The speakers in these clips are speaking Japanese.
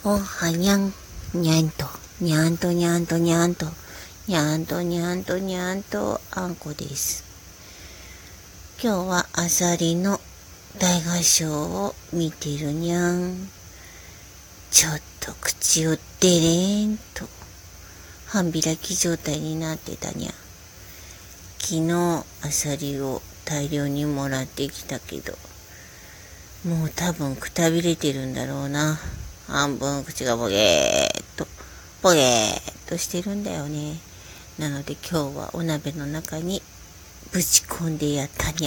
おはにゃん、にゃんと、にゃんとにゃんとにゃんと、にゃんとにゃんとにゃんと、あんこです。今日はあさりの大合唱を見てるにゃん。ちょっと口をデレーンと半開き状態になってたにゃ。昨日あさりを大量にもらってきたけど、もう多分くたびれてるんだろうな。半分口がボゲーっとしてるんだよね。なので今日はお鍋の中にぶち込んでやったにゃ。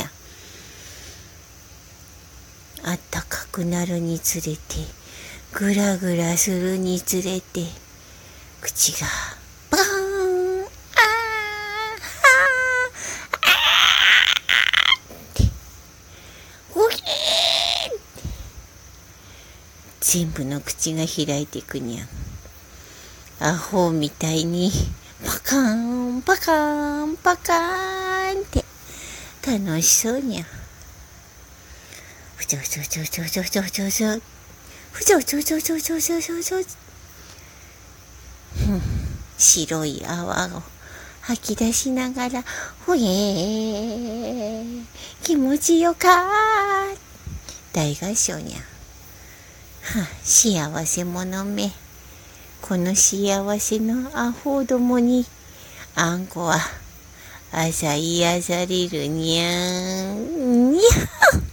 あったかくなるにつれて、グラグラするにつれて、口がバーン、全部の口が開いていくにゃん。アホみたいにパカーンパカーンパカーンって楽しそうにゃ。ふちょふちょふちょふちょふちょふちょふちょふちょふちょふちょふちょふちょふちょふちょふちょふちょ。白い泡を吐き出しながら、ほえー気持ちよかー大合唱にゃ。幸せ者め。この幸せのアホどもにあんこはあさ癒されるにゃんにゃ。